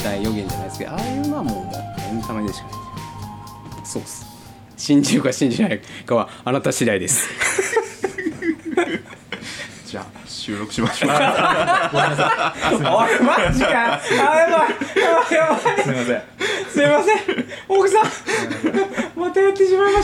大予言じゃないですけど、ああいうのはもうエンタメでしかない。そうっす。信じるか信じないかはあなた次第です。 じゃあ収録しましょう。 おいマジか。やばい。 すみません。 すいません奥さんまたやってしまいました。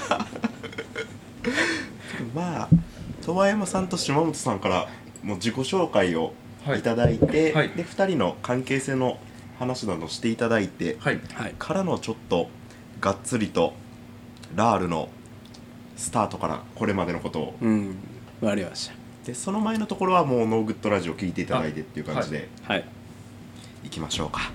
まあ鳥羽山さんと島本さんからもう自己紹介をいただいて、 はいで2人の関係性の話などしていただいて、 はい。 からのちょっとがっつりとラールのスタートからこれまでのことを、 わかりました。 でその前のところはもうノーグッドラジオ聞いていただいてっていう感じではい。 いきましょうか。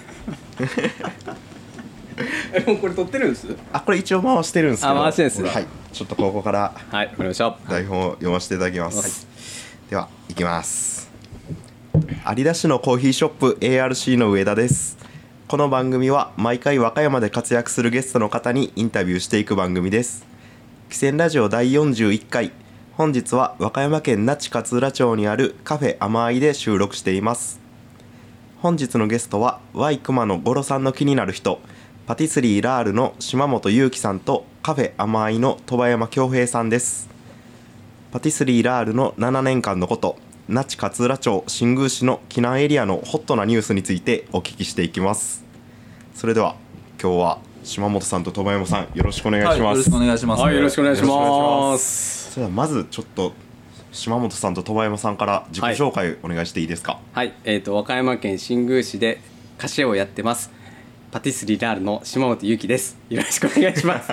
もうこれ撮ってるんです。 これ一応回してるんですけど、 回してるんですね。 はい、ちょっとここからはい、わかりました。 台本を読ませていただきます、では行きます。有田市のコーヒーショップ ARC の上田です。この番組は毎回和歌山で活躍するゲストの方にインタビューしていく番組です。汽船ラジオ第41回、本日は和歌山県那智勝浦町にあるカフェ甘いで収録しています。本日のゲストは Y 熊のゴロさんの気になる人、パティスリーラールの島本裕樹さんとカフェ甘いの鳥羽山恭平さんです。パティスリーラールの7年間のこと、那智勝浦町新宮市の避難エリアのホットなニュースについてお聞きしていきます。それでは今日は島本さんと鳥羽山さんよろしくお願いします。 よろしくお願いします。 はい、よろしくお願いしよろしくお願いしま。 ますそれではまずちょっと島本さんと鳥羽山さんから自己紹介お願いしていいですか。 はい、和歌山県新宮市で菓子屋をやってますパティスリーラールの島本裕樹です。よろしくお願いします。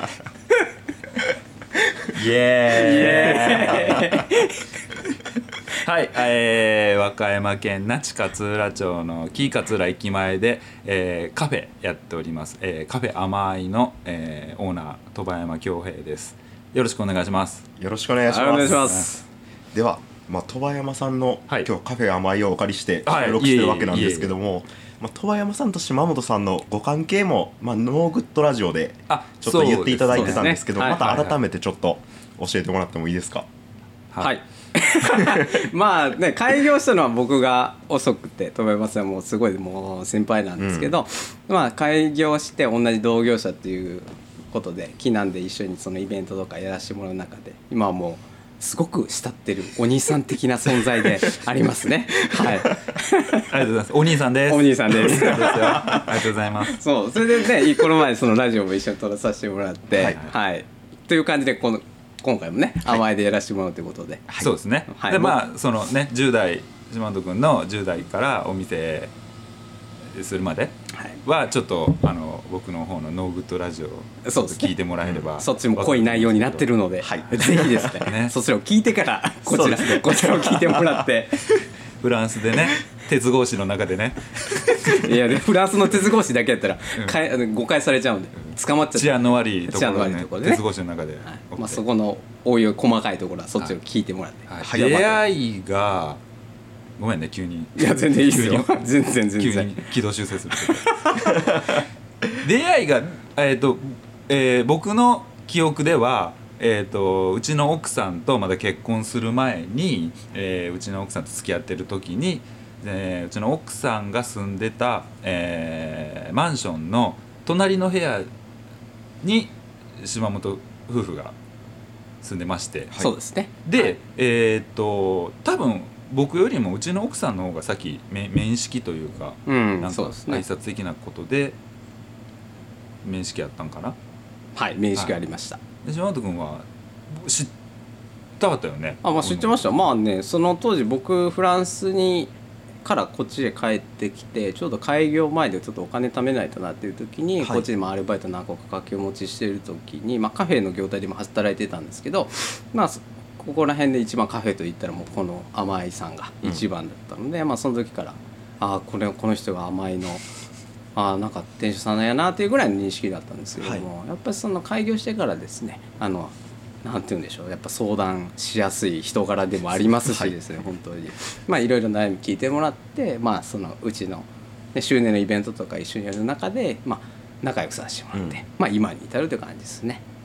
イエーイ。はい、和歌山県那智勝浦町の紀伊勝浦駅前で、カフェやっております、カフェ甘いの、オーナー鳥羽山恭平です。よろしくお願いします。 よろしくお願いします。 お願いします。 では、鳥羽山さんの、 はい、 今日カフェ甘いをお借りして収録してるわけなんですけども、鳥羽山さんと島本さんのご関係も、ノーグッドラジオでちょっと言っていただいてたんですけど、また改めてちょっと教えてもらってもいいですか。 はい。まあね、開業したのは僕が遅くて、鳥羽山さんもすごいもう先輩なんですけど、開業して同じ同業者っていうことで避難で一緒にそのイベントとかやらせてもらう中で、今はもうすごく慕ってるお兄さん的な存在でありますね。はい。ありがとうございます。お兄さんです。 お兄さんです。 ありがとうございます。 そう、それでね、この前そのラジオも一緒に撮らさせてもらって、はい。という感じで今回もね、甘えでやらせてもらうということで、 そうですね。でそのね10代島本君の10代からお店するまではちょっと僕の方のノーグッドラジオを聞いてもらえれば、 そっちも濃い内容になってるので、ぜひですね、そちらを聞いてからこちらを聞いてもらってフランスでね、鉄格子の中でねいやフランスの鉄格子だけやったら誤解されちゃうんで捕まっちゃって、 治安の悪いところでね、鉄格子の中で、 そこのおいおい細かいところはそっちを聞いてもらって、 出会いがごめんね急に。 いや全然いいですよ。全然急に軌道修正する出会いが僕の記憶ではうちの奥さんとまだ結婚する前に、うちの奥さんと付き合ってる時に、うちの奥さんが住んでた、マンションの隣の部屋に島本夫婦が住んでまして、 そうですね。 で、多分僕よりもうちの奥さんの方が先面識というか、なんか挨拶的なことで面識あったんかな。 はい、面識ありました。 島本君は知ったかったよね。 知ってました。まあね、その当時僕フランスからこっちへ帰ってきて、ちょうど開業前でちょっとお金貯めないとなっていう時に、こっちでアルバイト何個か掛け持ちしている時に、カフェの業態でも働いてたんですけど、ここら辺で一番カフェといったらもうこの甘いさんが一番だったので、その時からこの人が甘いのなんか店主さんやなっていうぐらいの認識だったんですけども、やっぱりその開業してからですね、なんて言うんでしょう、やっぱ相談しやすい人柄でもありますしですね、本当にいろいろ悩み聞いてもらって、そのうちの、周年のイベントとか一緒にやる中で、仲良くさせてもらって、今に至るという感じですね。はい。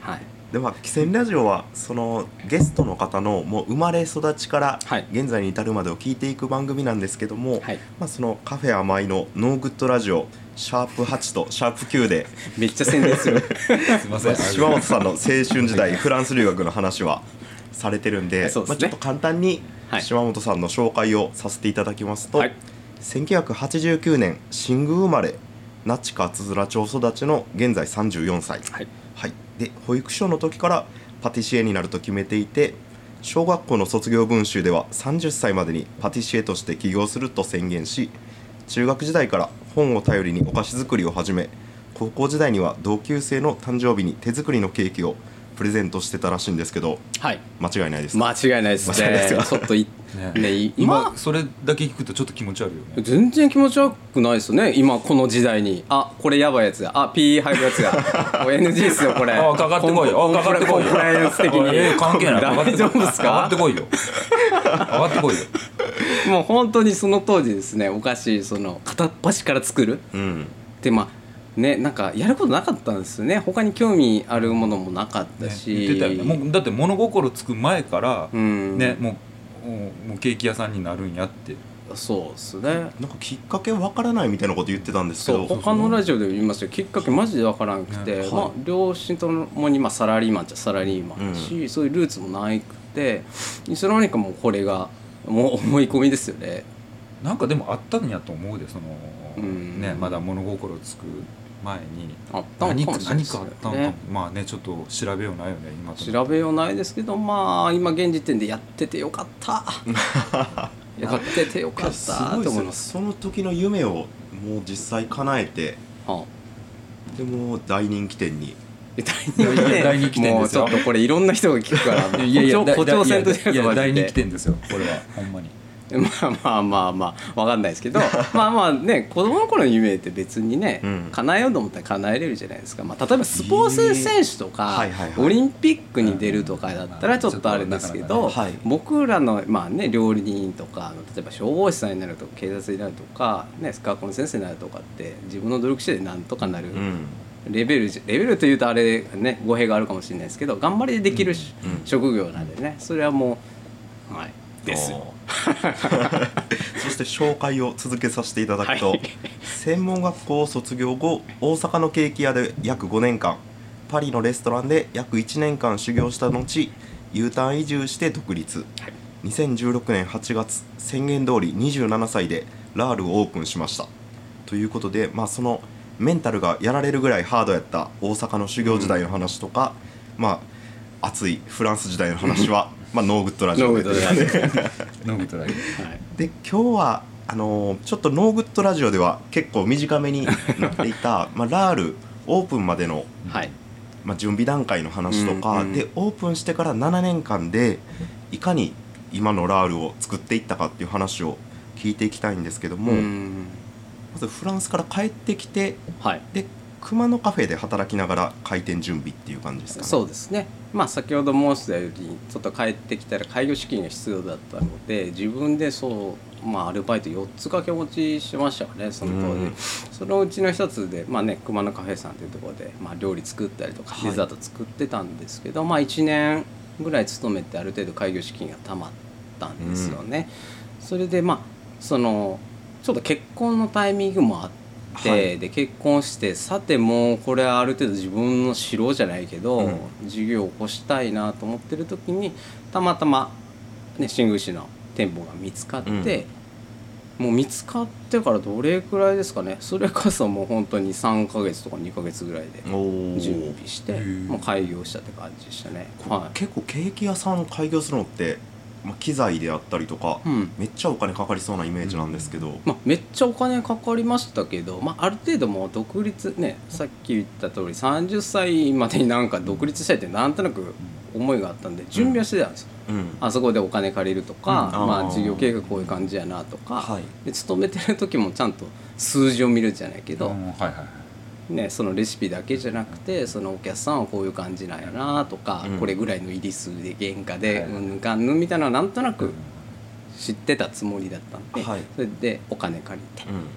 で汽船ラジオはそのゲストの方のもう生まれ育ちからはい現在に至るまでを聞いていく番組なんですけども、 はいそのカフェ甘いのノーグッドラジオシャープ8とシャープ9でめっちゃ宣伝するすいません島本さんの青春時代フランス留学の話はされてるんで、 そうですねちょっと簡単にはい島本さんの紹介をさせていただきますと、 はい 1989年新宮生まれ那智勝浦町育ちの現在34歳、 はいはい、で保育所の時からパティシエになると決めていて、小学校の卒業文集では30歳までにパティシエとして起業すると宣言し、中学時代から本を頼りにお菓子作りを始め、高校時代には同級生の誕生日に手作りのケーキをプレゼントしてたらしいんですけど、 はい間違いないですか？ 間違いないです間違いないですねかちょっといね今それだけ聞くとちょっと気持ち悪いよね。 全然気持ち悪くないですよね今この時代にこれやばいやつやP 入るやつやこれ NG っすよこれかかってこいよかかってこいよコンプライアンス的に関係ない大丈夫ですかかってかこいよかかってこいよもう本当にその当時ですねお菓子その片っ端から作るうんでねなんかやることなかったんですよね他に興味あるものもなかったし、 言ってたよね。もうだって物心つく前からうんねもうケーキ屋さんになるんやってそうですねなんかきっかけわからないみたいなこと言ってたんですけど、 そう他のラジオでも言いましたよきっかけマジで分からなくて、 ねはい両親ともにサラリーマンっちゃサラリーマンだし、そういうルーツもなくていつの間にかもうこれがもう思い込みですよね。 なんかでもあったんやと思うでそのうんねまだ物心つく前にあったのかもしれないですよ何かあったのかねもまあねちょっと調べようないよね今と調べようないですけど今現時点でやっててよかったやっててよかっすたごいですよね。 と思います。 その時の夢をもう実際叶えて、 はでもう大人気店に大人気店ですよもうちょっとこれいろんな人が聞くからいやいや誇張せんとしていや大人気店店ですよこれはほんまにまあわかんないですけどまあね子供の頃の夢って別にね、 うん叶えようと思ったら叶えれるじゃないですか、例えばスポーツ選手とか、 はいはいはいオリンピックに出るとかだったらちょっとあれですけど、 はい僕らの料理人とか例えば消防士さんになるとか警察になるとか、ね、学校の先生になるとかって自分の努力次第でなんとかなる、レベルというとあれね語弊があるかもしれないですけど頑張りでできる、職業なんでねそれはもうはいですよ。 そして紹介を続けさせていただくと、 はい専門学校を卒業後大阪のケーキ屋で約5年間パリのレストランで約1年間修行した後 U ターン移住して独立、2016年8月宣言通り27歳でラールをオープンしましたということで、そのメンタルがやられるぐらいハードやった大阪の修行時代の話とか、熱いフランス時代の話はノーグッドラジオでノーグッドラジオノーグッドライブで今日はちょっとノーグッドラジオでは結構短めになっていたラールオープンまでの、 はい準備段階の話とか、でオープンしてから7年間でいかに今のラールを作っていったかっていう話を聞いていきたいんですけども、まずフランスから帰ってきて、 はいで熊のカフェで働きながら開店準備っていう感じですかね。 そうですね、先ほど申したようにちょっと帰ってきたら開業資金が必要だったので自分でアルバイト4つ掛け持ちしましたよねその当時、そのうちの一つで、熊のカフェさんというところで、料理作ったりとかはいデザート作ってたんですけど、1年ぐらい勤めてある程度開業資金がたまったんですよね、それでそのちょっと結婚のタイミングもあって、で結婚してさてもうこれはある程度自分の城じゃないけど、事業を起こしたいなと思ってる時にたまたま、新宮市の店舗が見つかって、もう見つかってからどれくらいですかねそれこそもう本当に3ヶ月とか2ヶ月ぐらいで準備してもう開業したって感じでしたね、 結構ケーキ屋さん開業するのって機材であったりとか、めっちゃお金かかりそうなイメージなんですけど、 めっちゃお金かかりましたけど、ある程度もう独立ねさっき言った通り30歳までになんか独立したいってなんとなく思いがあったんで準備はしてたんですよ、あそこでお金借りるとか、事業計画こういう感じやなとか、で勤めてる時もちゃんと数字を見るじゃないけど、そのレシピだけじゃなくてそのお客さんはこういう感じなんやなとか、これぐらいの入り数で原価でうんかんぬみたいなのはなんとなく知ってたつもりだったんで、それでお金借りて、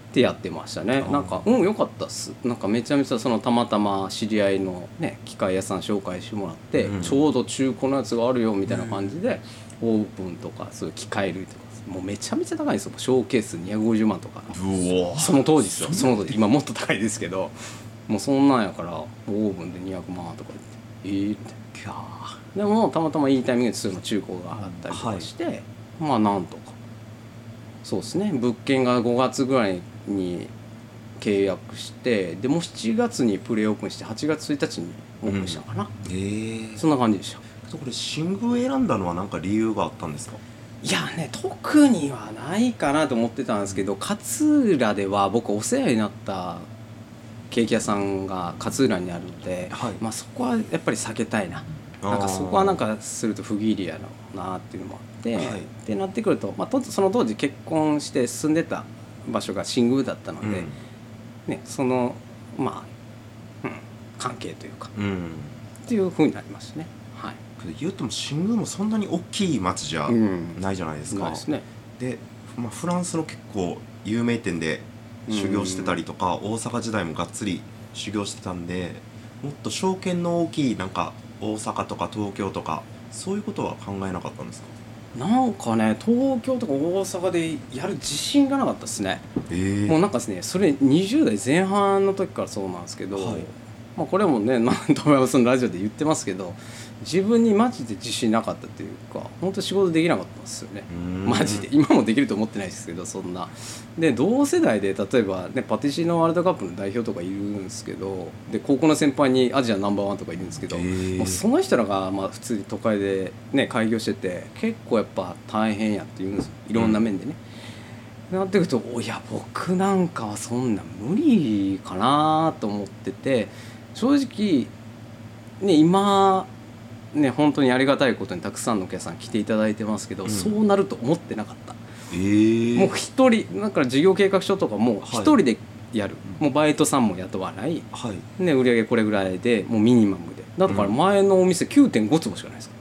ってやってましたね。なんか良かったっす。なんかめちゃめちゃたまたま知り合いのね機械屋さん紹介してもらって、ちょうど中古のやつがあるよみたいな感じで、オープンとかそういう機械類とかもうめちゃめちゃ高いんですよ。ショーケース250万とか、その当時ですよ。その当時、今もっと高いですけど、もうそんなんやからオーブンで200万とか言って、でもたまたまいいタイミングでそういうの中古があったりとかして、まあなんとか、そうですね、物件が5月ぐらいに契約して、でもう7月にプレオープンして8月1日にオープンしたのかな、そんな感じでした。 これ新宮選んだのは何か理由があったんですか？ いやね、特にはないかなと思ってたんですけど、勝浦では僕お世話になったケーキ屋さんが勝浦にあるので、まあ、そこはやっぱり避けたいな、なんかそこはなんかすると不義理やろうなっていうのもあって、ってなってくると、まあ、その当時結婚して住んでた場所が新宮だったので、ね、そのまあ、関係というか、っていう風になりましたね。はい、 言うても新宮もそんなに大きい町じゃないじゃないですか。で、まあ、フランスの結構有名店で修行してたりとか、大阪時代もがっつり修行してたんで、もっと証券の大きいなんか大阪とか東京とかそういうことは考えなかったんですか？ なんかね、東京とか大阪でやる自信がなかったですね。もうなんかですね、それ20代前半の時からそうなんですけど、まあ、これもね富山さんのラジオで言ってますけど、自分にマジで自信なかったっていうか、本当仕事できなかったんですよね。マジで今もできると思ってないですけど、そんなで同世代で例えばねパティシエのワールドカップの代表とかいるんですけど、で高校の先輩にアジアナンバーワンとかいるんですけど、もうその人らがまあ普通に都会でね開業してて結構やっぱ大変やって言うんですよ、いろんな面でね。なってくると、いや僕なんかはそんな無理かなと思ってて、正直ね今ね本当にありがたいことにたくさんのお客さん来ていただいてますけど、そうなると思ってなかった。もう一人だから事業計画書とかも一人でやる、もうバイトさんも雇わない、ね、売上これぐらいでもうミニマムで、だから前のお店 9.5 坪しかないですから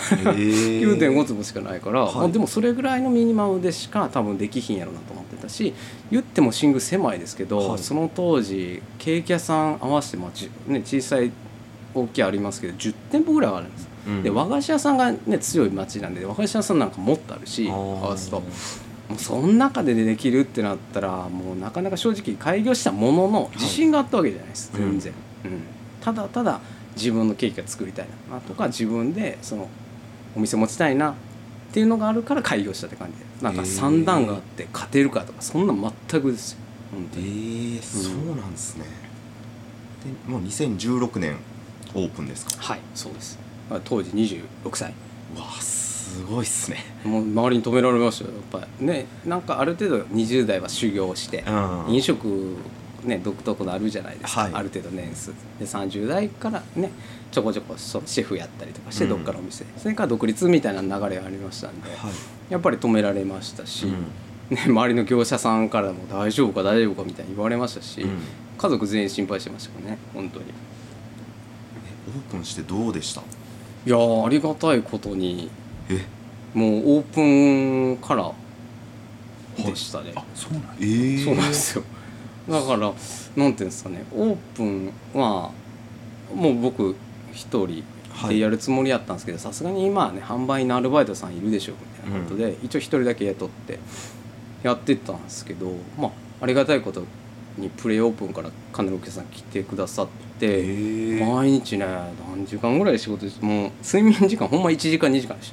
9.5 坪しかないから、まあ、でもそれぐらいのミニマムでしか多分できひんやろなと思ってたし、言っても新宮狭いですけど、その当時ケーキ屋さん合わせても、ね、小さい大きいありますけど10店舗ぐらいあるんです、で和菓子屋さんが、ね、強い町なんで和菓子屋さんなんかもっとあるし、合わすともうその中でできるってなったら、もうなかなか正直開業したものの自信があったわけじゃないです、全然、ただただ自分のケーキが作りたいなとか、自分でそのお店持ちたいなっていうのがあるから開業したって感じで、なんか算段があって勝てるかとかそんな全くですよ本当に。 そうなんですね。でもう2016年オープンですか？ はい、そうです。当時26歳。 うわすごいっすね。 もう周りに止められましたよやっぱりね。なんかある程度20代は修行して、飲食ね独特のあるじゃないですか、ある程度年数で30代からねちょこちょこそのシェフやったりとかしてどっかのお店、それから独立みたいな流れがありましたんで、やっぱり止められましたし、ね、周りの業者さんからも大丈夫か大丈夫かみたいに言われましたし、家族全員心配してましたよね本当に。 オープンしてどうでした？ いやありがたいことにもうオープンからでしたね。 そうなんそうなんですよ。だからなんていうんですかね、オープンはもう僕一人でやるつもりやったんですけど、さすがに今はね販売のアルバイトさんいるでしょうみたいなことで、一応一人だけ雇ってやってたんですけど、まあありがたいことにプレオープンからかなりお客さん来てくださって、毎日ね何時間ぐらい仕事して、もう睡眠時間ほんま1時間2時間でした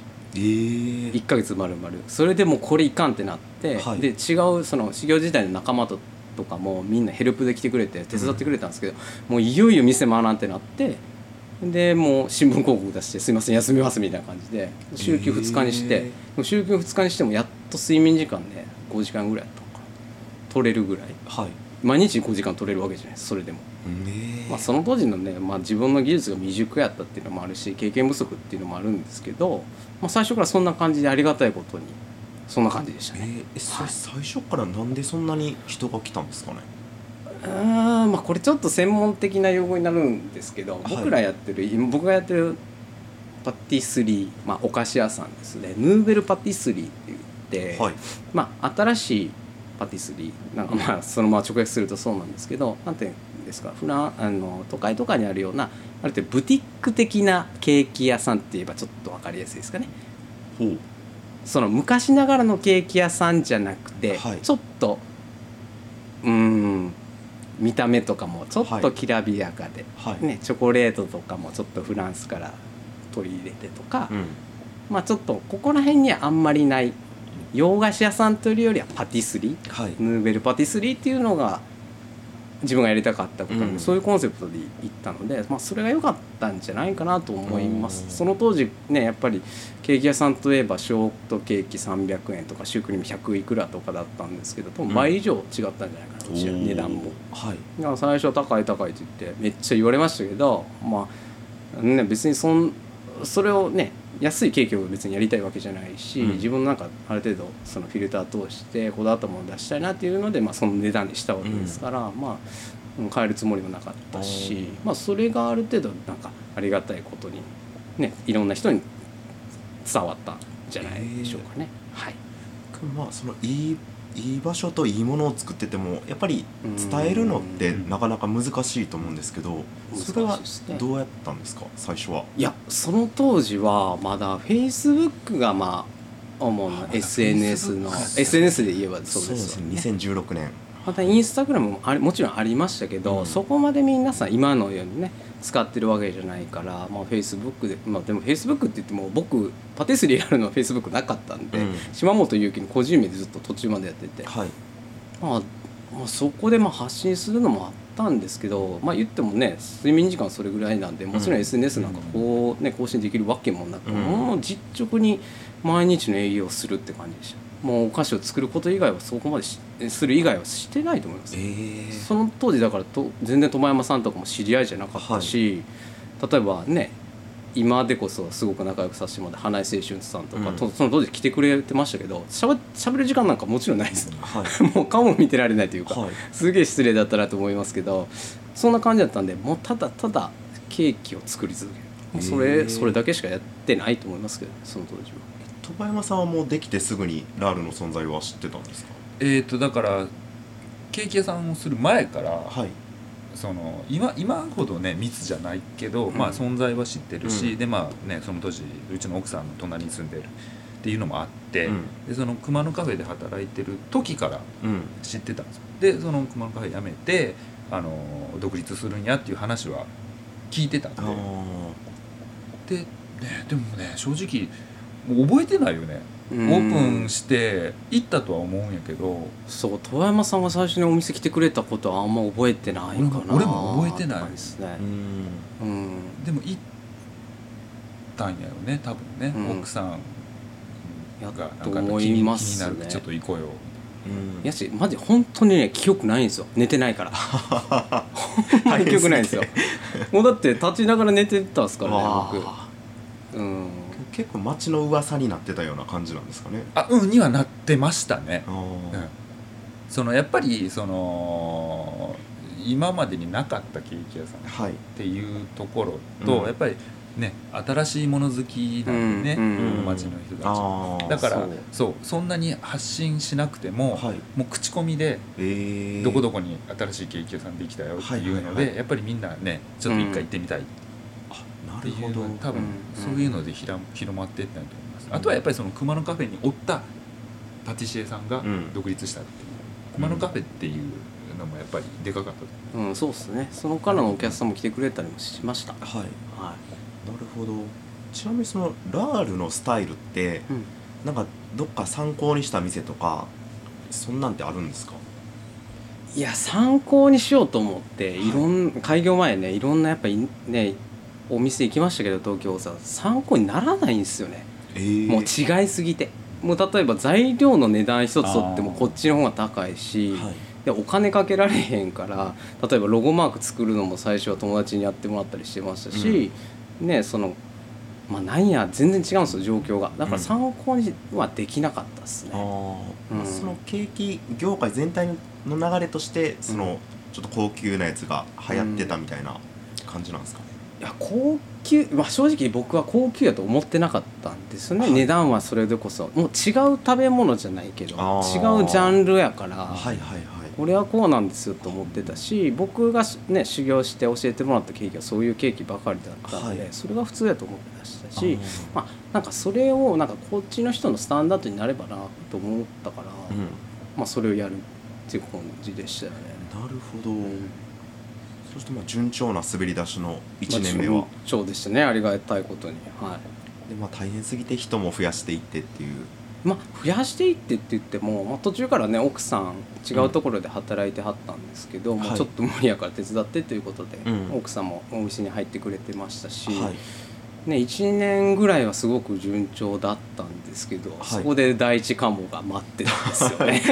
。1ヶ月丸々それでもうこれいかんってなって、で違うその修行時代の仲間とかもみんなヘルプで来てくれて手伝ってくれたんですけど、もういよいよ店回らんってなって、でもう新聞広告出してすいません休みますみたいな感じで週休2日にして、週休2日にしてもやっと睡眠時間ね5時間ぐらいやったのかな取れるぐらい、毎日5時間取れるわけじゃないです。それでもまあ、その当時のね、まあ、自分の技術が未熟やったっていうのもあるし経験不足っていうのもあるんですけど、まあ、最初からそんな感じでありがたいことにそんな感じでしたね。 最初からなんでそんなに人が来たんですかね？ まあこれちょっと専門的な用語になるんですけど、僕がやってるパティスリー、まあ、お菓子屋さんですね、ヌーベルパティスリーって言って、まあ、新しいパティスリーなんかまあそのまま直訳するとそうなんですけど、なんていうんですか、都会とかにあるようなある程度ブティック的なケーキ屋さんって言えばちょっと分かりやすいですかね。 ほう。 その昔ながらのケーキ屋さんじゃなくて、 はい、 ちょっと見た目とかもちょっときらびやかで、 はいね、チョコレートとかもちょっとフランスから取り入れてとか、まあちょっとここら辺にはあんまりない洋菓子屋さんというよりはパティスリー、 はい、 ヌーベルパティスリーっていうのが自分がやりたかったことなので、そういうコンセプトで行ったので、まあ、それが良かったんじゃないかなと思います。その当時ねやっぱりケーキ屋さんといえばショートケーキ300円とかシュークリーム100いくらとかだったんですけど、多分倍以上違ったんじゃないかな、うちは値段も。 はい、 だから最初は高い高いって言ってめっちゃ言われましたけど、まあね、別にそれをね安いケーキを別にやりたいわけじゃないし、自分のなんかある程度そのフィルター通してこだわったものを出したいなっていうので、まあ、その値段にしたわけですから、まあ変えるつもりもなかったし、まあ、それがある程度なんかありがたいことにねいろんな人に伝わったんじゃないでしょうかね。はい、 まあそのいい場所といいものを作っててもやっぱり伝えるのってなかなか難しいと思うんですけど、それはどうやったんですか最初は。 いやその当時はまだ Facebook がまあ主な SNS の SNS で言えばそうですよね。 2016年またインスタグラムももちろんありましたけど、そこまで皆さん今のようにね使ってるわけじゃないから、まあ、Facebook で、まあ、でも Facebook って言っても僕パティスリーやるのは Facebook なかったんで、島本祐希の個人名でずっと途中までやってて、 はい、 まあそこでまあ発信するのもあったんですけど、まあ言ってもね睡眠時間それぐらいなんで、もちろん SNS なんかこうね更新できるわけもなく、もう実直に毎日の営業をするって感じでした。もうお菓子を作ること以外はそこまでする以外はしてないと思います。その当時だから全然苫山さんとかも知り合いじゃなかったし、例えばね今でこそすごく仲良くさせてもらって花井青春さんとか、その当時来てくれてましたけど、しゃべる時間なんかもちろんないです、もう顔も見てられないというか、すげえ失礼だったなと思いますけど、そんな感じだったんで、もうただただケーキを作り続ける、それだけしかやってないと思いますけど、その当時は。 苫山さんはもうできてすぐにラールの存在は知ってたんですか。 だからケーキ屋さんをする前から、その今ほどね密じゃないけど、まあ存在は知ってるし、でまあねその当時うちの奥さんの隣に住んでるっていうのもあって、でその熊野カフェで働いてる時から知ってたんですよ。でその熊野カフェ辞めて独立するんやっていう話は聞いてたんで、でもね正直もう覚えてないよね。オープンして行ったとは思うんやけど、 そう苫山さんが最初にお店来てくれたことはあんま覚えてないかな。 俺も覚えてないですね。 でも行ったんやよね多分ね、奥さんがなんか気になるちょっと行こうよ。 やしマジ本当にね記憶ないんですよ、寝てないから本当に記憶ないんですよもうだって立ちながら寝てたんですからね僕。 結構街の噂になってたような感じなんですかね。 にはなってましたね。そのやっぱりその今までになかったケーキ屋さんっていうところと、やっぱりね新しいもの好きなんでね、街の人たちだからそんなに発信しなくても、もう口コミでどこどこに新しいケーキ屋さんできたよっていうので、やっぱりみんなねちょっと一回行ってみたいっていう、多分そういうので広まっていったんだと思います。あとはやっぱりその熊野カフェにおったパティシエさんが独立したっていう、熊野カフェっていうのもやっぱりでかかったと。 そうですね。そのからのお客さんも来てくれたりもしました。 なるほど。ちなみにそのラールのスタイルって、なんかどっか参考にした店とかそんなんてあるんですか。 いや参考にしようと思って開業前ねいろんなやっぱりねお店行きましたけど、東京さ参考にならないんですよね。もう違いすぎて、もう例えば材料の値段一つとってもこっちの方が高いし、でお金かけられへんから、例えばロゴマーク作るのも最初は友達にやってもらったりしてましたし、ねそのなんや全然違うんですよ状況が。だから参考にはできなかったですね。 そのケーキ業界全体の流れとしてそのちょっと高級なやつが流行ってたみたいな感じなんですかね。 いや高級、正直僕は高級やと思ってなかったんですよね、値段はそれでこそもう違う食べ物じゃないけど違うジャンルやから、これはこうなんですよと思ってたし、僕がね修行して教えてもらったケーキはそういうケーキばかりだったので、それが普通やと思ってましたし、なんかそれをなんかこっちの人のスタンダードになればなと思ったから、それをやるっていう感じでしたよね。 なるほど、そして順調な滑り出しの1年目は、順調でしたね、ありがたいことに。 で大変すぎて人も増やしていってっていう、 増やしていってって言っても、途中からね奥さん違うところで働いてはったんですけど、ちょっと無理やから手伝ってということで、奥さんもお店に入ってくれてましたし、1年ぐらいはすごく順調だったんですけど、そこで第一関門が待ってたんですよね。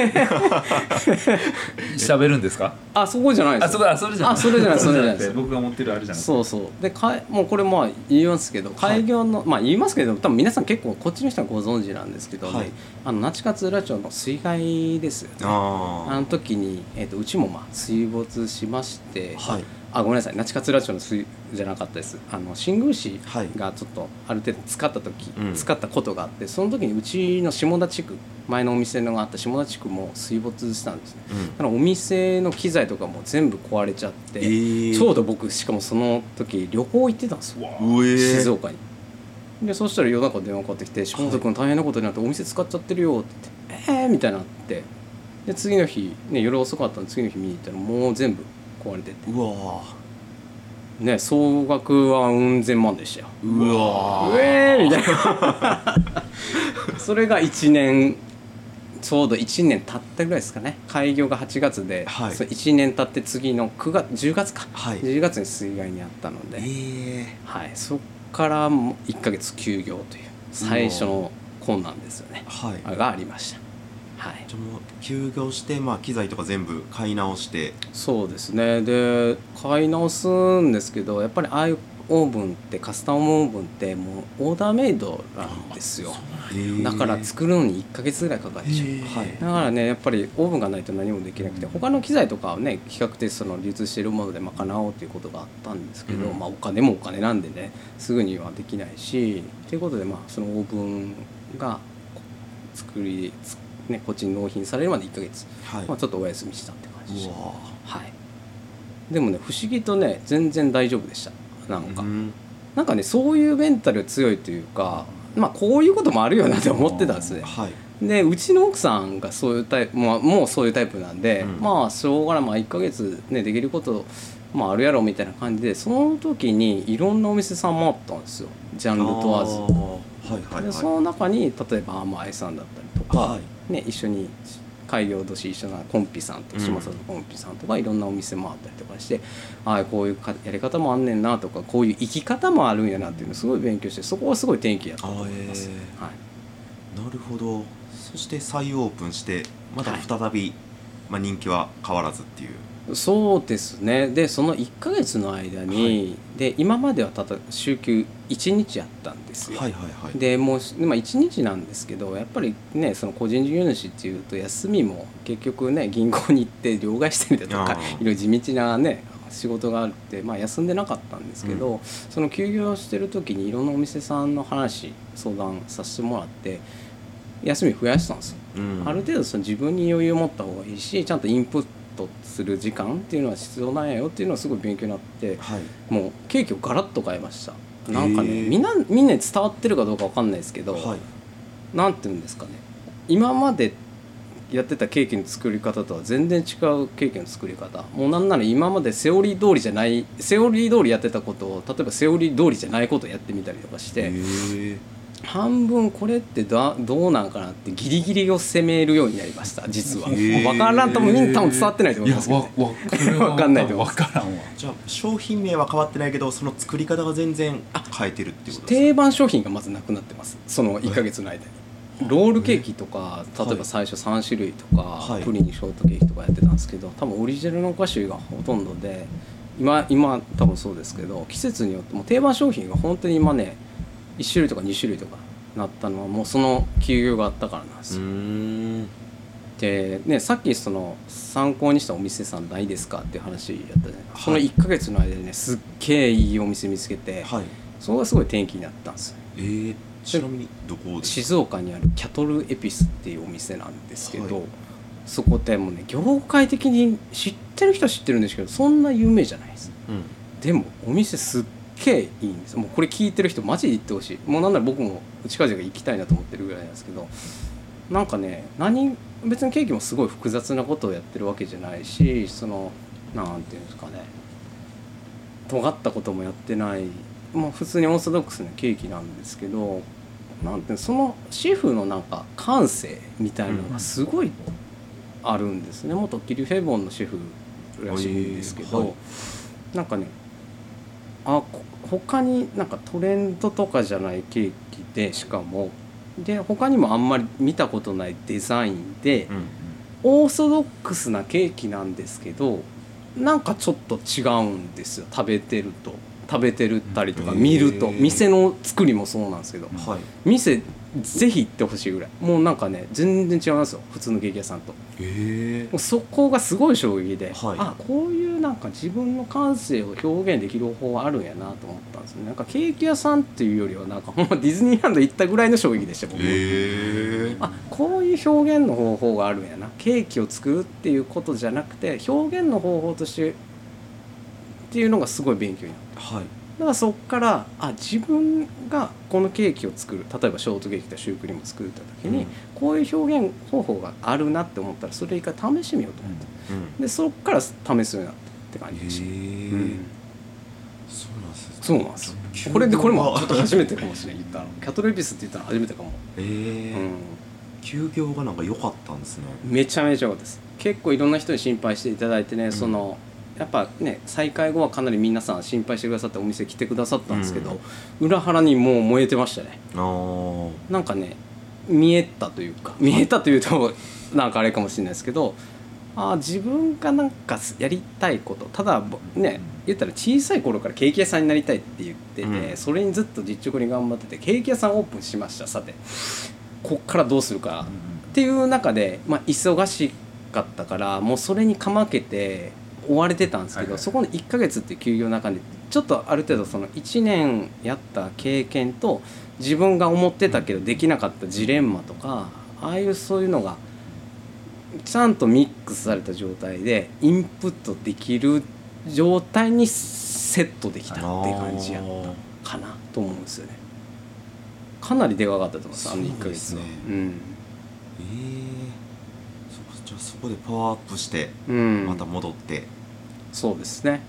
喋るんですか？ そこじゃないです。それじゃないです。 僕が持ってるあれじゃないですか。 そうでもうこれ言いますけど、開業の言いますけど多分皆さん結構こっちの人はご存知なんですけどね、那智勝浦町の水害ですよね。あの時にうちも水没しまして、ごめんなさい、那智勝浦町の水じゃなかったです。新宮市がちょっとある程度使ったことがあって、その時にうちの下田地区、前のお店のがあった下田地区も水没したんですね。だからお店の機材とかも全部壊れちゃって、ちょうど僕しかもその時旅行行ってたんですよ、静岡に。でそしたら夜中電話かかってきて「下田君大変なことになってお店使っちゃってるよ」って言って「みたいになって、で次の日、夜遅かったんで次の日見に行ったらもう全部壊れてて、総額はうん千万でしたよ。みたいな。それが1年ちょうど1年経ったぐらいですかね。開業が8月で、そ1年経って次の10月か、10月に水害にあったので、そっから1ヶ月休業という最初の困難ですよね、がありました。 じゃもう休業して、機材とか全部買い直して。 そうですね。で買い直すんですけど、やっぱりああいうオーブンってカスタムオーブンってもうオーダーメイドなんですよ。だから作るのに1ヶ月ぐらいかかっちゃう。だからねやっぱりオーブンがないと何もできなくて、他の機材とかはね比較的流通しているもので賄おうということがあったんですけど、お金もお金なんでねすぐにはできないしということで、そのオーブンがこっちに納品されるまで1ヶ月、ちょっとお休みしたって感じでした。でもね不思議とね全然大丈夫でした。なんかねそういうメンタル強いというか、こういうこともあるよなって思ってたんですね。でうちの奥さんがそういうタイプ、もうそういうタイプなんで、しょうがない、1ヶ月できることあるやろみたいな感じで、その時にいろんなお店さん回ったんですよ、ジャンル問わず。でその中に例えば甘えさんだったりとか、一緒に開業年一緒なコンピさんと島里コンピさんとかいろんなお店回ったりとかして、こういうやり方もあんねんなとか、こういう生き方もあるんやなっていうのをすごい勉強して、そこはすごい転機やったと思います。 なるほど。そして再オープンしてまた再び、人気は変わらずっていう。 そうですね。でその1ヶ月の間に、で今までは週休1日やったんですよ。でもう1日なんですけど、やっぱりねその個人事業主っていうと休みも結局ね銀行に行って両替したりだとかいろいろ地道なね仕事があって、休んでなかったんですけど、その休業してる時にいろんなお店さんの相談させてもらって休み増やしたんですよ。ある程度自分に余裕を持った方がいいし、ちゃんとインプットする時間っていうのは必要なんやよっていうのはすごい勉強になって、もうケーキをガラッと変えました。なんかねみんなに伝わってるかどうかわかんないですけど、なんていうんですかね、今までやってたケーキの作り方とは全然違うケーキの作り方、もうなんなら今までセオリー通りじゃない、セオリー通りやってたことを例えばセオリー通りじゃないことをやってみたりとかして、半分これってどうなんかなってギリギリを攻めるようになりました実は。分からんとみんな多分伝わってないと思いますけど、分かんないと思います。 じゃあ商品名は変わってないけどその作り方が全然変えてるっていうことですか？ 定番商品がまずなくなってます、その1ヶ月の間に。ロールケーキとか例えば最初3種類とか、プリンショートケーキとかやってたんですけど、多分オリジナルのお菓子がほとんどで、今多分そうですけど、季節によっても定番商品が本当に今ね1種類とか2種類とかなったのはもうその休業があったからなんですよ。っでね、さっきその参考にしたお店さんないですかっていう話やったじゃない、その1ヶ月の間でねすっげえいいお店見つけて、 はい、 それがすごい転機になったんですよ。 ちなみにどこですか？ 静岡にあるキャトルエピスっていうお店なんですけど、 はい、 そこってもうね業界的に知ってる人は知ってるんですけどそんな有名じゃないです、でもお店すっげえいいんです。もうこれ聞いてる人マジで行ってほしい。もうなんなら僕も近々行きたいなと思ってるぐらいなんですけど、なんかね別にケーキもすごい複雑なことをやってるわけじゃないし、そのなんていうんですかね、尖ったこともやってない、まあ、普通にオーソドックスなケーキなんですけど、なんてそのシェフのなんか感性みたいなのがすごいあるんですね。元キルフェボンのシェフらしいんですけど、 はい、 なんかね他になんかトレンドとかじゃないケーキで、しかもで他にもあんまり見たことないデザインで、オーソドックスなケーキなんですけどなんかちょっと違うんですよ。食べてるたりとか見ると、店の作りもそうなんですけど、 はい、 店ぜひ行ってほしいぐらい、もうなんかね全然違いますよ普通のケーキ屋さんと。もうそこがすごい衝撃で、 はい、 あこういうなんか自分の感性を表現できる方法はあるんやなと思ったんですね。なんかケーキ屋さんっていうよりはなんかほんまディズニーランド行ったぐらいの衝撃でした僕は。こういう表現の方法があるんやな、ケーキを作るっていうことじゃなくて表現の方法としてっていうのがすごい勉強になった、だからそっから自分がこのケーキを作る、例えばショートケーキとシュークリームを作った時に、こういう表現方法があるなって思ったらそれ一回試してみようと思って、でそっから試すようになったって感じでした。そうなんですよ。これもちょっと初めてかもしれない言ったのキャトルエピスって言ったの初めてかも。 休業がなんか良かったんですね。 めちゃめちゃ良かったです。結構いろんな人に心配していただいてね、そのやっぱね再開後はかなり皆さん心配してくださってお店来てくださったんですけど、裏腹にもう燃えてましたね。なんかね見えたというとなんかあれかもしれないですけど、自分がなんかやりたいこと、ただね言ったら小さい頃からケーキ屋さんになりたいって言ってて、それにずっと実直に頑張っててケーキ屋さんオープンしました。さてこっからどうするかっていう中で、忙しかったからもうそれにかまけて追われてたんですけど、そこの1ヶ月っていう休業の中でちょっとある程度その1年やった経験と自分が思ってたけどできなかったジレンマとか、そういうのがちゃんとミックスされた状態でインプットできる状態にセットできたって感じやったかなと思うんですよね。かなりでかかったと思います、1ヶ月は。 じゃあそこでパワーアップしてまた戻って、 そうですね、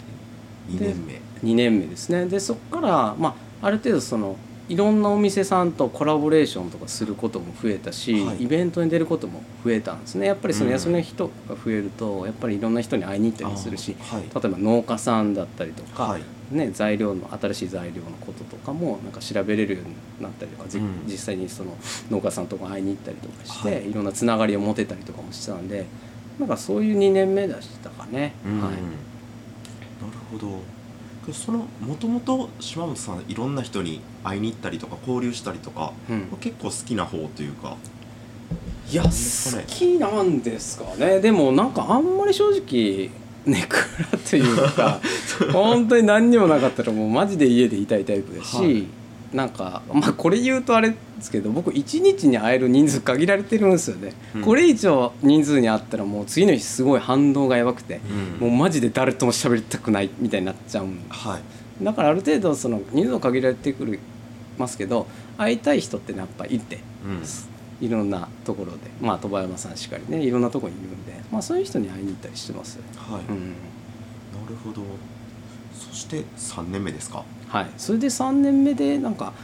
2 年目ですね。でそこから、ある程度そのいろんなお店さんとコラボレーションとかすることも増えたし、イベントに出ることも増えたんですね。やっぱりその休みの人が増えるとやっぱりいろんな人に会いに行ったりするし、例えば農家さんだったりとか、新しい材料のこととかもなんか調べれるようになったりとか、実際にその農家さんとか会いに行ったりとかして、いろんなつながりを持てたりとかもしてたんで、なんかそういう2年目でしたかね。 なるほど。もともと島本さんいろんな人に会いに行ったりとか交流したりとか、結構好きな方というか。 いや好きなんですかね。でもなんかあんまり正直ネクラというか本当に何にもなかったらもうマジで家でいたいタイプですし、なんかこれ言うとあれですけど僕1日に会える人数限られてるんですよね。これ以上人数に会ったらもう次の日すごい反動がやばくて、もうマジで誰とも喋りたくないみたいになっちゃうんだからある程度その人数を限られてくるますけど、会いたい人ってやっぱいて、いろんなところで鳥羽山さんしかりねいろんなところにいるんで、そういう人に会いに行ったりしてます。 なるほど。そして3年目ですか。 それで3年目でなんか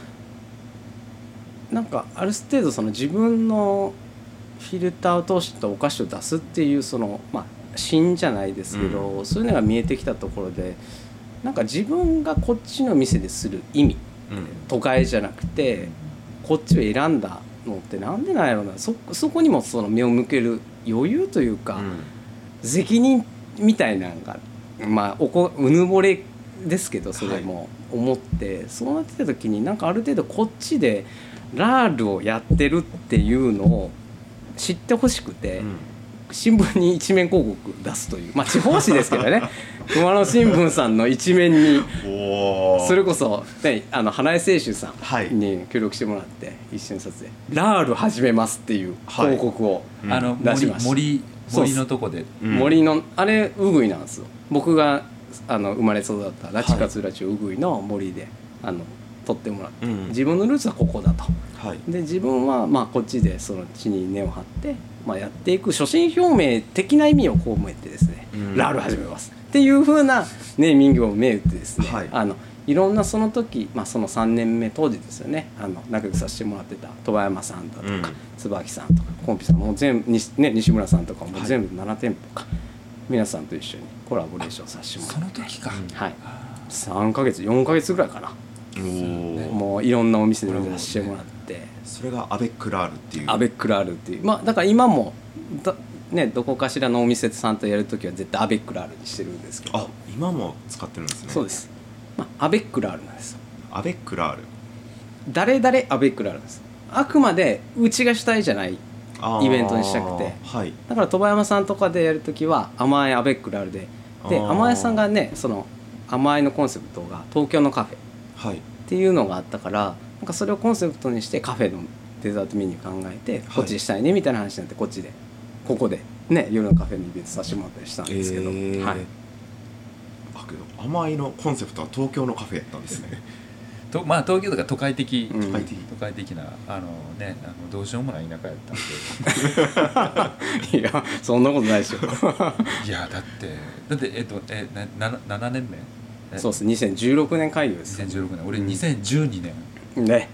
ある程度その自分のフィルターを通したお菓子を出すっていうその芯じゃないですけど、そういうのが見えてきたところで、なんか自分がこっちの店でする意味、都会じゃなくてこっちを選んだのってなんでなんやろうな、そこにもその目を向ける余裕というか、責任みたいなのがうぬぼれですけど、それも思って、そうなってた時になんかある程度こっちでラールをやってるっていうのを知ってほしくて、 うん新聞に一面広告出すという、まあ地方紙ですけどね熊野新聞さんの一面におーそれこそ、ね、花江清舟さはいんに協力してもらって一緒に撮影「ラール始めます」っていう広告を、出しました森そうっすのとこで、 うん森のあれウグイなんですよ。僕が生まれ育った拉致勝浦町ウグイの森で撮ってもらって、 うん自分のルーツはここだと。 はいで自分はまあこっちでその地に根を張って、まあ、やっていく初心表明的な意味を込めてですね、ラール始めますっていう風なネーミングを銘打ってですね、 はいいろんなその時、まあ、その3年目当時ですよね仲良くさせてもらってた鳥羽山さんだとか、椿さんとかコンピさんもう全部西村さんとかも全部7店舗か、皆さんと一緒にコラボレーションさせてもらってその時か、 はい、3ヶ月4ヶ月ぐらいかな、 おーもういろんなお店で出してもらってそれがアベックラールっていうアベックラールっていう、まあだから今もどこかしらのお店さんとやるときは絶対アベックラールにしてるんですけど、 あ今も使ってるんですね。 そうです、まあ、アベックラールなんですよ。 アベックラール誰々アベックラールなんです。あくまでうちが主体じゃないイベントにしたくて、 はいだから鳥羽山さんとかでやるときは甘いアベックラールで甘いさんがねその甘いのコンセプトが東京のカフェはいっていうのがあったからなんかそれをコンセプトにしてカフェのデザートメニュー考えてこっちでしたいねみたいな話になってここでね夜のカフェにイベントさせてもらったりしたんですけど、はい、 だけど甘いのコンセプトは東京のカフェやったんですねまあ東京とか都会的、 うん都会的などうしようもない田舎やったんでいやそんなことないでしょいやだって7年目そうです2016年開業です 2016年俺2012年、 ね、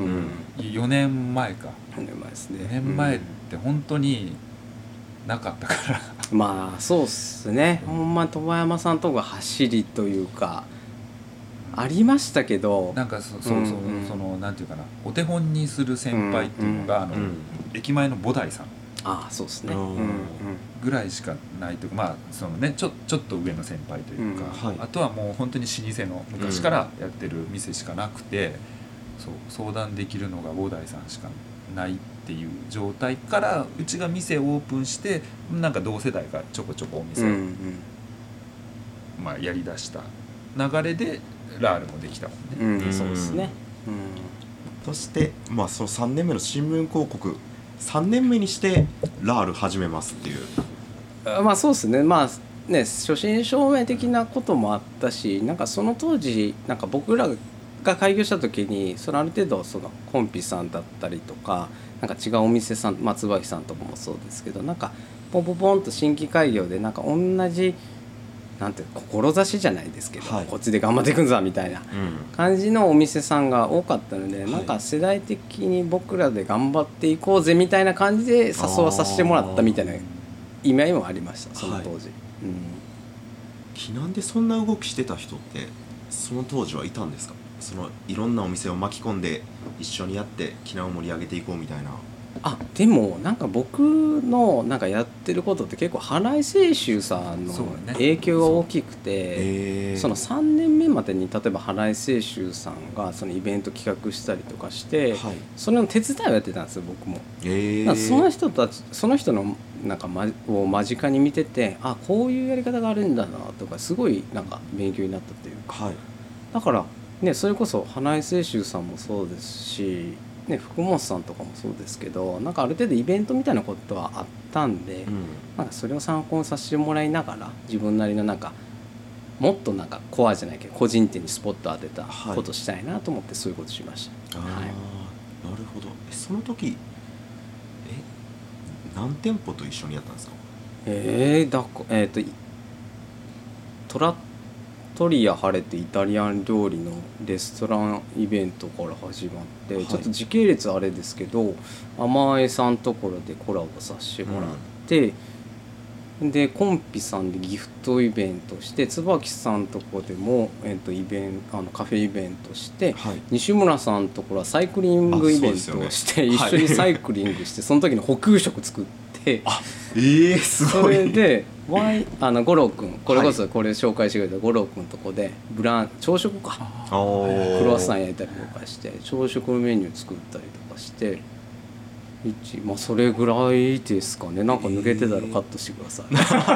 4年前か 4年前ですね。 4年前って本当になかったからまあそうっすね、ほんま鳥羽山さんとか走りというかありましたけどなんかそのなんていうかなお手本にする先輩っていうのが、駅前の菩提さんああそうですね、 ぐらいしかないというかまあそのねちょっと上の先輩というか、あとはもう本当に老舗の昔からやってる店しかなくて、そう相談できるのが菩提さんしかないっていう状態からうちが店をオープンしてなんか同世代がちょこちょこお店を、まあ、やりだした流れでラールもできたもんね、 そうですね、 そしてまあその3年目の新聞広告3年目にしてラール始めますっていうまあそうですねまあね初心証明的なこともあったしなんかその当時なんか僕らが開業した時にそのある程度そのコンピさんだったりとかなんか違うお店さん椿さんとかもそうですけどなんかポンポンポンと新規開業でなんか同じなんていう志じゃないですけど、こっちで頑張っていくんぞみたいな感じのお店さんが多かったので、なんか世代的に僕らで頑張っていこうぜみたいな感じで誘わさせてもらったみたいな意味合いもありましたその当時、 なんでそんな動きしてた人ってその当時はいたんですか？そのいろんなお店を巻き込んで一緒にやって沖縄を盛り上げていこうみたいな。 でもなんか僕のなんかやってることって結構花井清舟さんの影響が大きくて その3年目までに例えば花井清舟さんがそのイベント企画したりとかして、それの手伝いをやってたんですよ僕も。その人のなんかを間近に見ててこういうやり方があるんだなとかすごいなんか勉強になったというか、だからねそれこそ花井清舟さんもそうですし福本さんとかもそうですけどなんかある程度イベントみたいなことはあったんで、なんかそれを参考にさせてもらいながら自分なりのなんかもっとなんかコアじゃないけど個人店にスポット当てたことしたいなと思ってそういうことしました。 なるほど。その時何店舗と一緒にやったんですか？トラトリア晴れてイタリアン料理のレストランイベントから始まって、ちょっと時系列あれですけど甘江さんところでコラボさせてもらって、でコンピさんでギフトイベントして椿さんとこでも、カフェイベントして、西村さんところはサイクリングイベントをして、一緒にサイクリングしてその時の補給食作って、 すごい。 それで五郎君これこそこれ紹介してくれた五郎君とこで朝食かクロワッサン焼いたりとかして朝食メニュー作ったりとかしてまあそれぐらいですかね。なんか抜けてたらカットしてくださ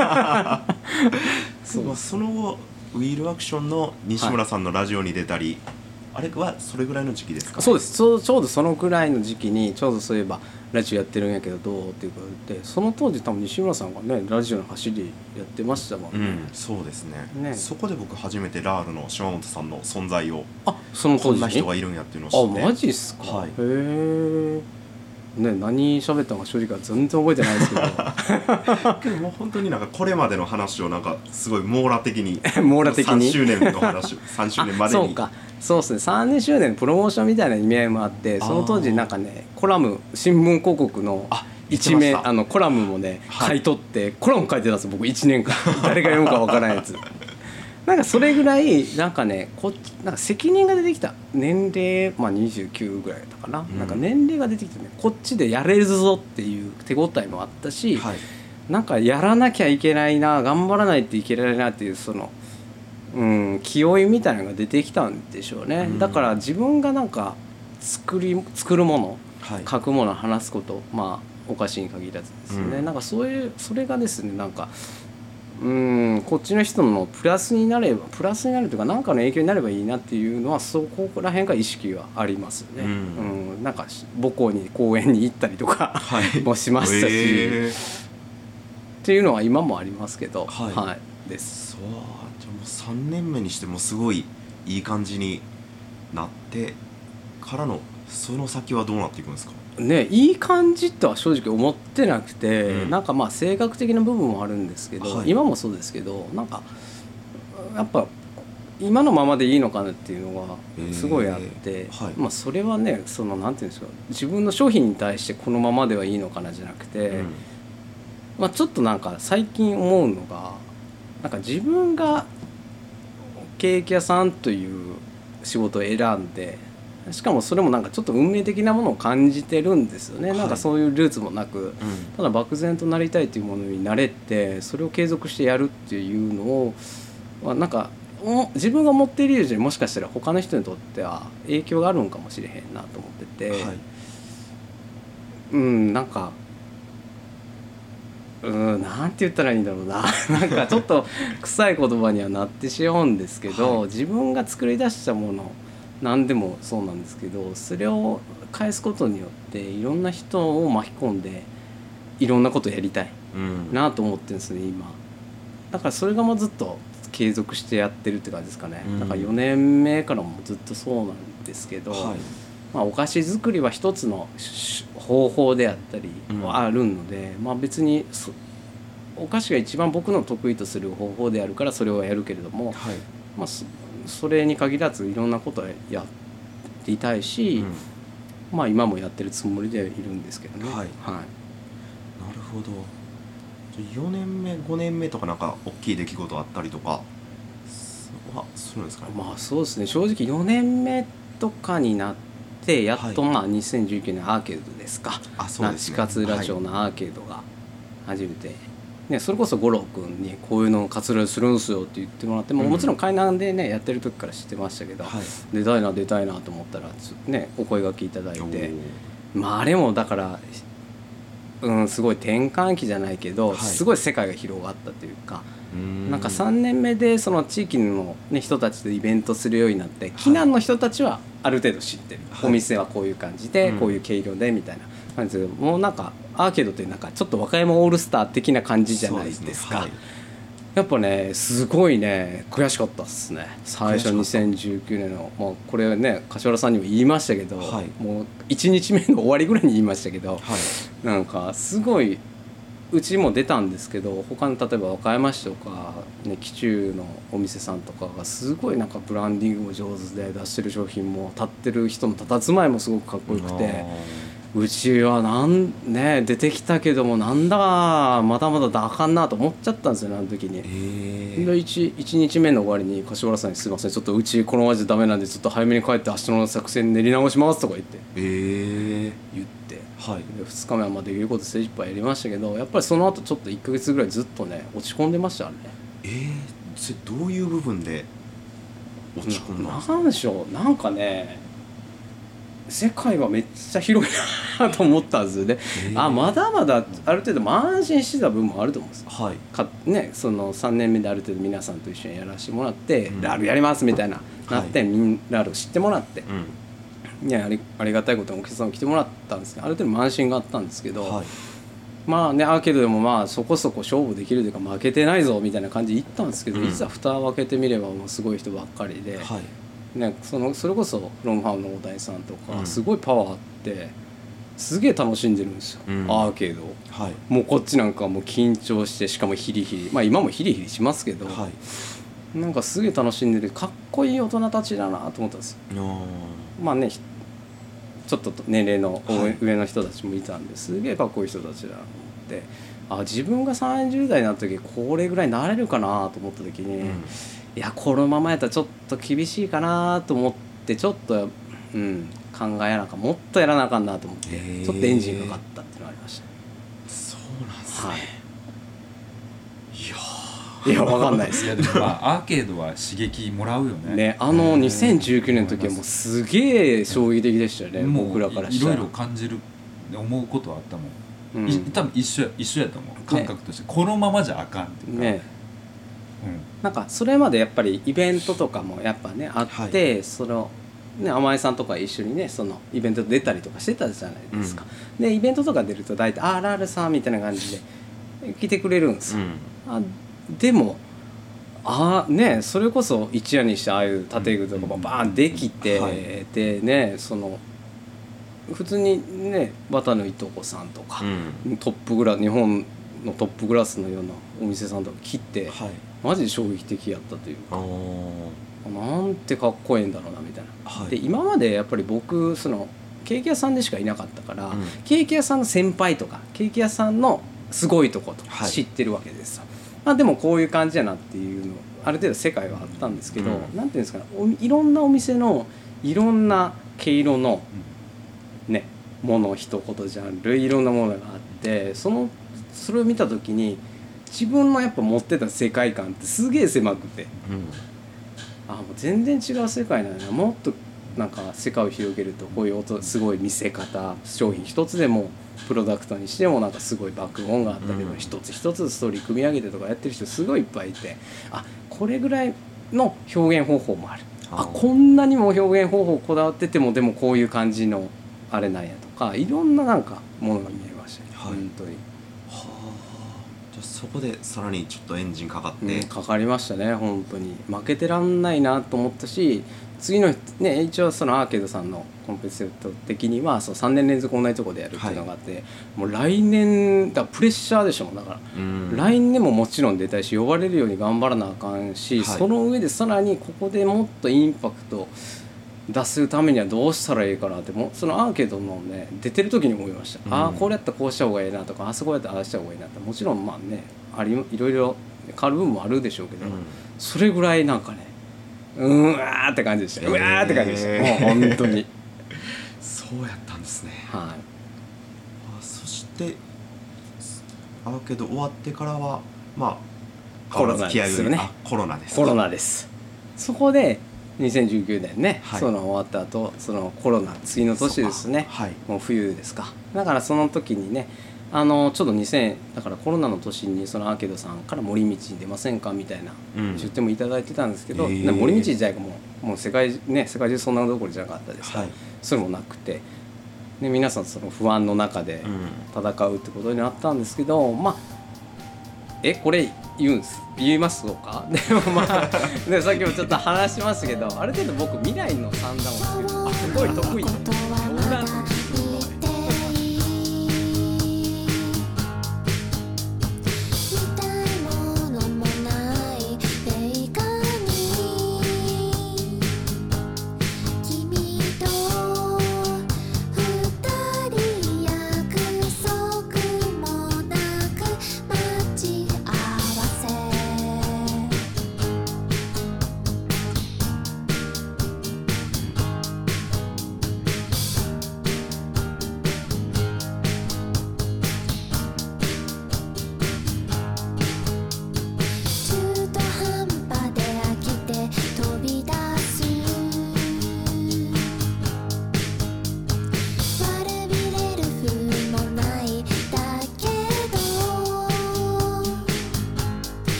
い、 その後ウィールアクションの西村さんのラジオに出たり、あれはそれぐらいの時期ですか、ね、 そうです。ちょうどそのぐらいの時期にちょうどそういえばラジオやってるんやけどどうっていうことで、その当時多分西村さんがねラジオの走りやってましたもんね、 そうです ね。そこで僕初めてラールの島本さんの存在を、 その当時にこんな人がいるんやっていうのを知って。 マジっすか、 はい、 へえね、何喋ったのか正直は全然覚えてないですけどけどもう本当になんかこれまでの話をなんかすごい網羅的に網羅的に 3周年の話を3周年までにそうか、そうですね、3周年のプロモーションみたいな意味合いもあって、その当時なんかねコラム新聞広告の一面コラムもね、買い取ってコラム書いてたんですよ僕1年間誰が読むかわからんやつなんかそれぐらいなんかねなんか責任が出てきた年齢、まあ、29ぐらいだったかな、なんか年齢が出てきてね、こっちでやれるぞっていう手応えもあったし、なんかやらなきゃいけないな、頑張らないといけないなっていうその気負いみたいなのが出てきたんでしょうね、だから自分がなんか作るもの、書くもの、話すこと、まあお菓子に限らずですね、なんかそれがですね、なんかこっちの人のプラスになるというか何かの影響になればいいなっていうのはそこら辺が意識はありますよね、なんか母校に公園に行ったりとかもしましたし、っていうのは今もありますけど、です。 そう、じゃあもう3年目にしてもすごいいい感じになってからのその先はどうなっていくんですかね。いい感じとは正直思ってなくて、なんかまあ性格的な部分もあるんですけど、今もそうですけど、なんかやっぱ今のままでいいのかなっていうのがすごいあって、まあそれはね、そのなんていうんですか、自分の商品に対してこのままではいいのかなじゃなくて、まあちょっとなんか最近思うのが、なんか自分がケーキ屋さんという仕事を選んで、しかもそれもなんかちょっと運命的なものを感じてるんですよね、なんかそういうルーツもなく、ただ漠然となりたいというものになれて、それを継続してやるっていうのを、なんか自分が持っている以上にもしかしたら他の人にとっては影響があるんかもしれへんなと思ってて、なんかなんて言ったらいいんだろうななんかちょっと臭い言葉にはなってしまうんですけど、自分が作り出したもの何でもそうなんですけど、それを返すことによっていろんな人を巻き込んでいろんなことをやりたいなと思ってるんですね今。だからそれがもうずっと継続してやってるって感じですかね、だから4年目からもずっとそうなんですけど、まあ、お菓子作りは一つの方法であったりはあるので、まあ別にお菓子が一番僕の得意とする方法であるからそれをやるけれども、まあそれに限らずいろんなことをやっていたいし、まあ今もやってるつもりでいるんですけどね。なるほど。4年目5年目とかなんか大きい出来事あったりとかはするんですかね。 まあそうですね、正直4年目とかになってやっとまあ2019年アーケードですか、那智勝浦町のアーケードが初めて、ね、それこそ五郎君にこういうのを活用するんすよって言ってもらって、もちろん海南でねやってる時から知ってましたけど、出たいなと思ったらねお声掛けいただいて、まああれもだからすごい転換期じゃないけど、すごい世界が広がったというか、なんか3年目でその地域の、ね、人たちとイベントするようになって、避難の人たちはある程度知ってる、お店はこういう感じで、こういう毛色でみたいな感じで、もうなんかアーケードってなんかちょっと和歌山オールスター的な感じじゃないですか。やっぱねすごいね悔しかったっすね最初2019年の、まあ、これね柏原さんにも言いましたけど、もう1日目の終わりぐらいに言いましたけど、なんかすごいうちも出たんですけど、他の例えば和歌山市とか、ね、紀州のお店さんとかがすごいなんかブランディングも上手で出してる商品も立ってる人の佇まいもすごくかっこよくて、うちは出てきたけどもなんだまだまだあかんなと思っちゃったんですよねあの時に。1日目の終わりに柏原さんに「すいませんちょっとうちこのままじゃダメなんでちょっと早めに帰って明日の作戦練り直します」とか言って、言って、で2日目はまあできること精一杯やりましたけど、やっぱりその後ちょっと1ヶ月ぐらいずっとね落ち込んでましたね。 それどういう部分で落ち込んだんですか？ なんでしょう、なんかね世界はめっちゃ広いなと思ったんですよね。まだまだある程度安心してた部分もあると思うんですよ、 はいね、その3年目である程度皆さんと一緒にやらせてもらって、ラルやりますみたいななって、みんなラル知ってもらって、ね、ありがたいことにお客さんも来てもらったんですけど、ある程度安心があったんですけど、まあね、アーケードでもまあそこそこ勝負できるというか負けてないぞみたいな感じで言ったんですけど、いざ蓋を開けてみればもうすごい人ばっかりで、ね、それこそロングファームの大谷さんとかすごいパワーあってすげえ楽しんでるんですよ、アーケードを、もうこっちなんかもう緊張して、しかもヒリヒリ、まあ今もヒリヒリしますけど、なんかすげえ楽しんでるかっこいい大人たちだなと思ったんですよ。まあね、ちょっと年齢の上の人たちもいたんですげえかっこいい人たちだなと思って、自分が30代になった時これぐらいになれるかなと思った時に、いやこのままやったらちょっと厳しいかなと思って、ちょっと、考えなあかん、もっとやらなあかんなと思って、ちょっとエンジンかかったっていうのがありました。 そうなんですね、 いや分かんないですけどアーケードは刺激もらうよね。 2019年の時はもうすげえ衝撃的でしたよね、僕らからしたら。 いろいろ感じる思うことはあったもん、多分一緒やと思う、感覚として、このままじゃあかんっていうか、 なんかそれまでやっぱりイベントとかもやっぱねあって、そのね、甘江さんとか一緒にねそのイベント出たりとかしてたじゃないですか、でイベントとか出ると大体ラールさんみたいな感じで来てくれるんですよ、でもね、それこそ一夜にしてああいう建具とかもバーンできて、でね、その普通にね綿のいとこさんとか、トップグラ日本のトップグラスのようなお店さんとか切って、マジで衝撃的やったというか、なんてかっこいいんだろうなみたいな、で今までやっぱり僕そのケーキ屋さんでしかいなかったから、ケーキ屋さんの先輩とかケーキ屋さんのすごいとことか知ってるわけですよ、でもこういう感じやなっていうのある程度世界はあったんですけど、なんていうんですかね、いろんなお店のいろんな毛色のねもの一言ジャンルいろんなものがあって、それを見た時に自分のやっぱ持ってた世界観ってすげえ狭くて、もう全然違う世界なんだな、もっとなんか世界を広げるとこういう音すごい見せ方、商品一つでもプロダクトにしてもなんかすごい爆音があったりとか、一つ一つストーリー組み上げてとかやってる人すごいいっぱいいて、これぐらいの表現方法もある、こんなにも表現方法こだわっててもでもこういう感じのあれなんやとか、いろんななんかものが見えましたね、本当に。 じゃあそこでさらにちょっとエンジンかかって、 かかりましたね。本当に負けてらんないなと思ったし、次のね一応そのアーケードさんのコンペティト的にはそう3年連続同じとこでやるっていうのがあって、もう来年だプレッシャーでしょ。だから、来年ももちろん出たいし呼ばれるように頑張らなあかんし、その上でさらにここでもっとインパクト出すためにはどうしたらいいかなって、もそのアーケードのね出てる時に思いました、これやったらこうした方がいいなとか、あそこやったらああした方がいいなって、もちろんまあねいろいろ変わる部分もあるでしょうけど、それぐらいなんかねうわーって感じでした、うわーって感じでした、もう本当にそうやったんですね。そしてアーケード終わってからはコロナですよね。 コロナです。 コロナです。そこで2019年ね、その終わった後そのコロナ次の年ですね、もう冬ですか。だからその時にねちょっとだからコロナの年にそのアーケードさんから森道に出ませんかみたいな出店もいただいてたんですけど、森道自体がもう世界中そんなどころじゃなかったですから、それもなくて、で皆さんその不安の中で戦うってことになったんですけど、これ言いますかでもでさっきもちょっと話しましたけど、ある程度僕未来の算段をすごい得意で。